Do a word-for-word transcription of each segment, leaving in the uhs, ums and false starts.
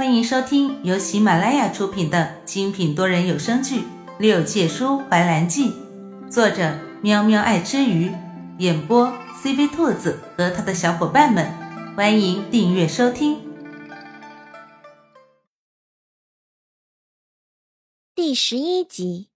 欢迎收听由喜马拉雅出品的精品多人有声剧《六界书怀兰记》，作者喵喵爱吃鱼，演播 C V 兔子和他的小伙伴们。欢迎订阅收听。 第十一集。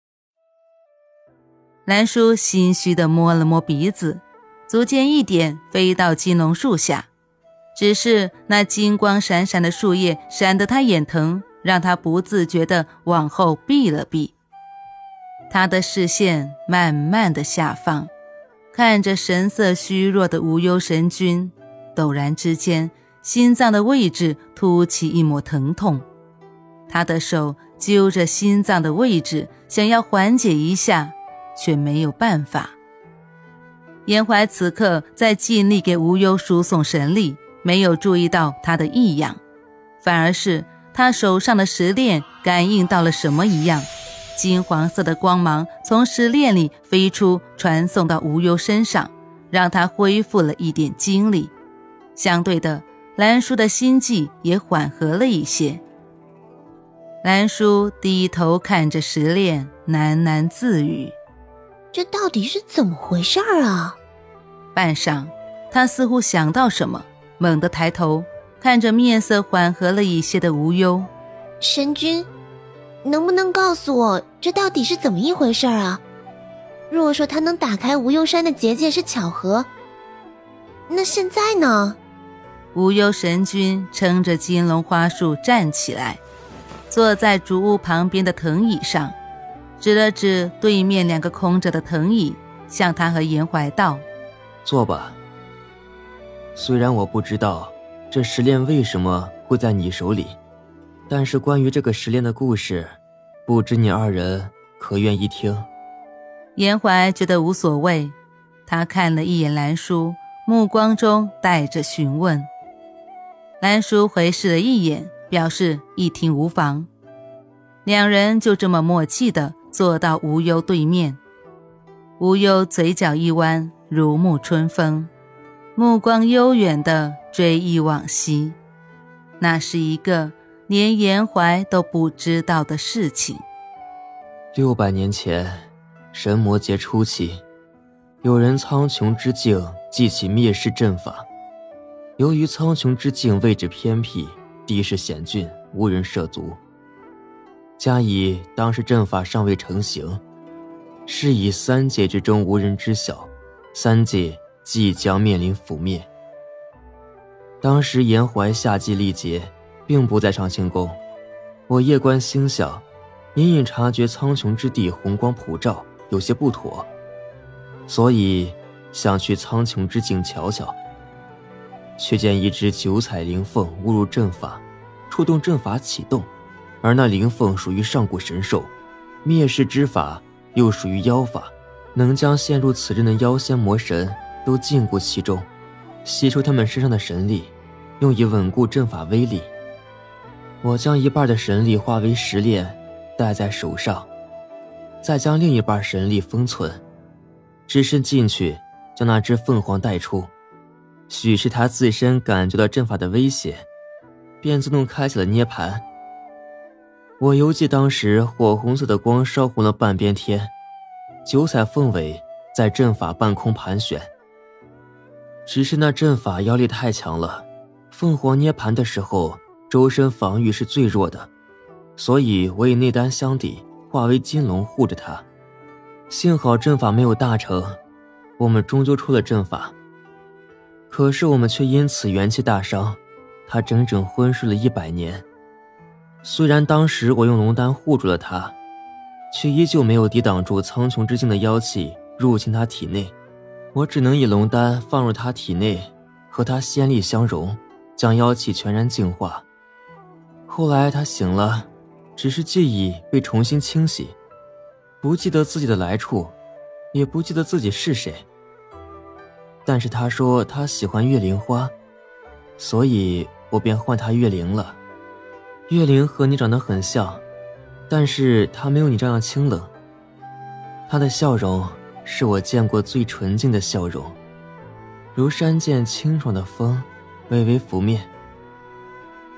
兰叔心虚地摸了摸鼻子，足尖一点飞到金龙树下，只是那金光闪闪的树叶闪得他眼疼，让他不自觉地往后避了避。他的视线慢慢地下放，看着神色虚弱的无忧神君，陡然之间心脏的位置突起一抹疼痛，他的手揪着心脏的位置，想要缓解一下，却没有办法。严怀此刻在尽力给无忧输送神力，没有注意到他的异样，反而是他手上的石链感应到了什么一样，金黄色的光芒从石链里飞出，传送到无忧身上，让他恢复了一点精力。相对的，兰叔的心悸也缓和了一些。兰叔低头看着石链，喃喃自语， 这到底是怎么回事啊？ 半晌，他似乎想到什么，猛地抬头看着面色缓和了一些的无忧。 神君，能不能告诉我这到底是怎么一回事啊？若说他能打开无忧山的结界是巧合，那现在呢？ 无忧神君撑着金龙花树站起来，坐在竹屋旁边的藤椅上，指了指对面两个空着的藤椅，向他和严怀道， 坐吧。虽然我不知道这石链为什么会在你手里，但是关于这个石链的故事，不知你二人可愿意听？ 严怀觉得无所谓，他看了一眼兰叔，目光中带着询问。兰叔回视了一眼，表示一听无妨。两人就这么默契地坐到无忧对面。无忧嘴角一弯，如沐春风，目光悠远地追忆往昔，那是一个连严怀都不知道的事情。 六百年前，神魔节初期，有人苍穹之境祭起灭世阵法。由于苍穹之境位置偏僻，地势险峻，无人涉足。加以当时阵法尚未成型，是以三界之中无人知晓，三界即将面临覆灭。当时严怀夏季历劫，并不在长清宫，我夜观星象，隐隐察觉苍穹之地红光普照，有些不妥，所以想去苍穹之境瞧瞧，却见一只九彩灵凤误入阵法，触动阵法启动，而那灵凤属于上古神兽，灭世之法又属于妖法，能将陷入此阵的妖仙魔神都禁锢其中，吸收他们身上的神力，用以稳固阵法威力。我将一半的神力化为石链带在手上，再将另一半神力封存，只身进去将那只凤凰带出，许是他自身感觉到阵法的威胁，便自动开启了涅槃。我犹记当时火红色的光烧红了半边天，九彩凤尾在阵法半空盘旋。只是那阵法妖力太强了，凤凰涅槃的时候周身防御是最弱的，所以我以内丹相抵，化为金龙护着它。幸好阵法没有大成，我们终究出了阵法，可是我们却因此元气大伤，他整整昏睡了一百年。虽然当时我用龙丹护住了他，却依旧没有抵挡住苍穹之境的妖气入侵他体内，我只能以龙丹放入他体内，和他仙力相融，将妖气全然净化。后来他醒了，只是记忆被重新清洗，不记得自己的来处，也不记得自己是谁。但是他说他喜欢月灵花，所以我便唤他月灵了。月灵和你长得很像，但是她没有你这样清冷，她的笑容是我见过最纯净的笑容，如山涧清爽的风微微拂面。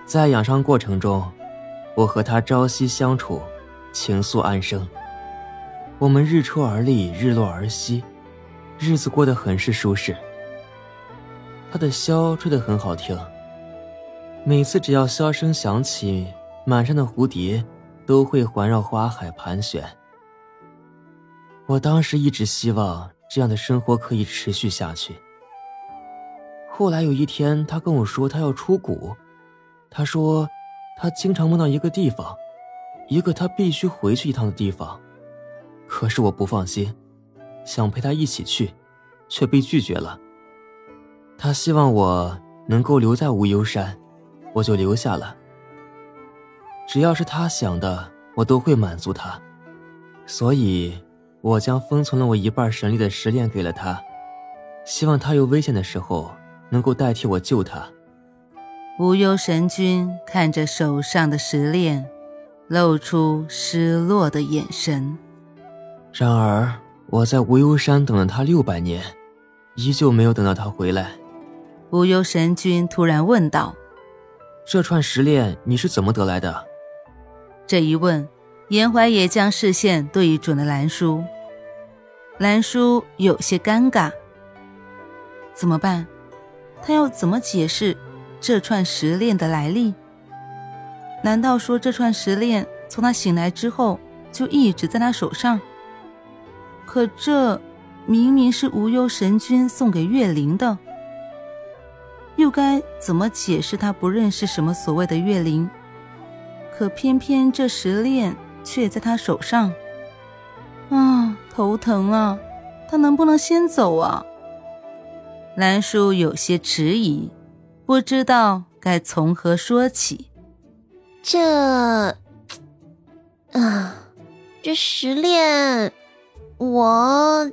在养伤过程中，我和他朝夕相处，情愫暗生。我们日出而立，日落而息，日子过得很是舒适。他的箫吹得很好听，每次只要箫声响起，满山的蝴蝶都会环绕花海盘旋。我当时一直希望这样的生活可以持续下去。后来有一天，他跟我说他要出谷，他说他经常梦到一个地方，一个他必须回去一趟的地方。可是我不放心，想陪他一起去，却被拒绝了。他希望我能够留在无忧山，我就留下了。只要是他想的，我都会满足他。所以我将封存了我一半神力的石链给了他，希望他有危险的时候能够代替我救他。 无忧神君看着手上的石链，露出失落的眼神。 然而我在无忧山等了他六百年，依旧没有等到他回来。 无忧神君突然问道： 这串石链你是怎么得来的？ 这一问，严怀也将视线对准了兰叔。兰叔有些尴尬，怎么办？他要怎么解释这串石链的来历？难道说这串石链从他醒来之后就一直在他手上？可这明明是无忧神君送给月灵的，又该怎么解释他不认识什么所谓的月灵？可偏偏这石链却在他手上。啊，头疼啊，他能不能先走啊？兰叔有些迟疑，不知道该从何说起。 这啊，这石链我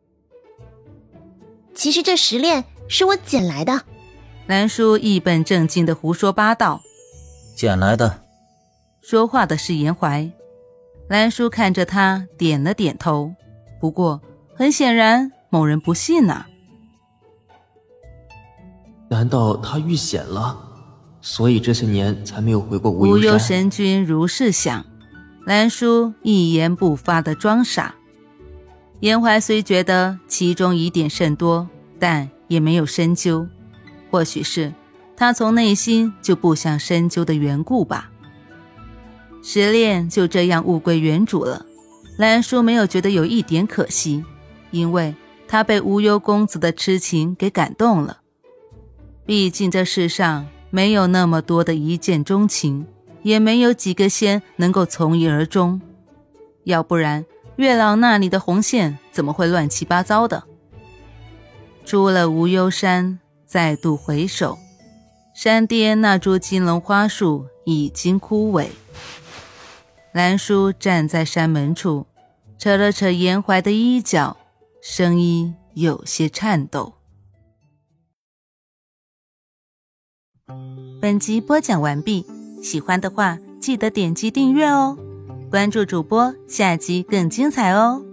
其实这石链是我捡来的。 兰叔一本正经的胡说八道。 捡来的？ 说话的是严怀。兰叔看着他点了点头，不过很显然某人不信啊。 难道他遇险了，所以这些年才没有回过无忧山？ 无忧神君如是想。兰叔一言不发的装傻。严怀虽觉得其中疑点甚多，但也没有深究，或许是他从内心就不想深究的缘故吧。石链就这样物归原主了，兰叔没有觉得有一点可惜，因为他被无忧公子的痴情给感动了。毕竟这世上没有那么多的一见钟情，也没有几个仙能够从一而终，要不然月老那里的红线怎么会乱七八糟的？出了无忧山，再度回首，山巅那株金龙花树已经枯萎。兰叔站在山门处，扯了扯严怀的衣角，声音有些颤抖。本集播讲完毕，喜欢的话记得点击订阅哦，关注主播，下集更精彩哦。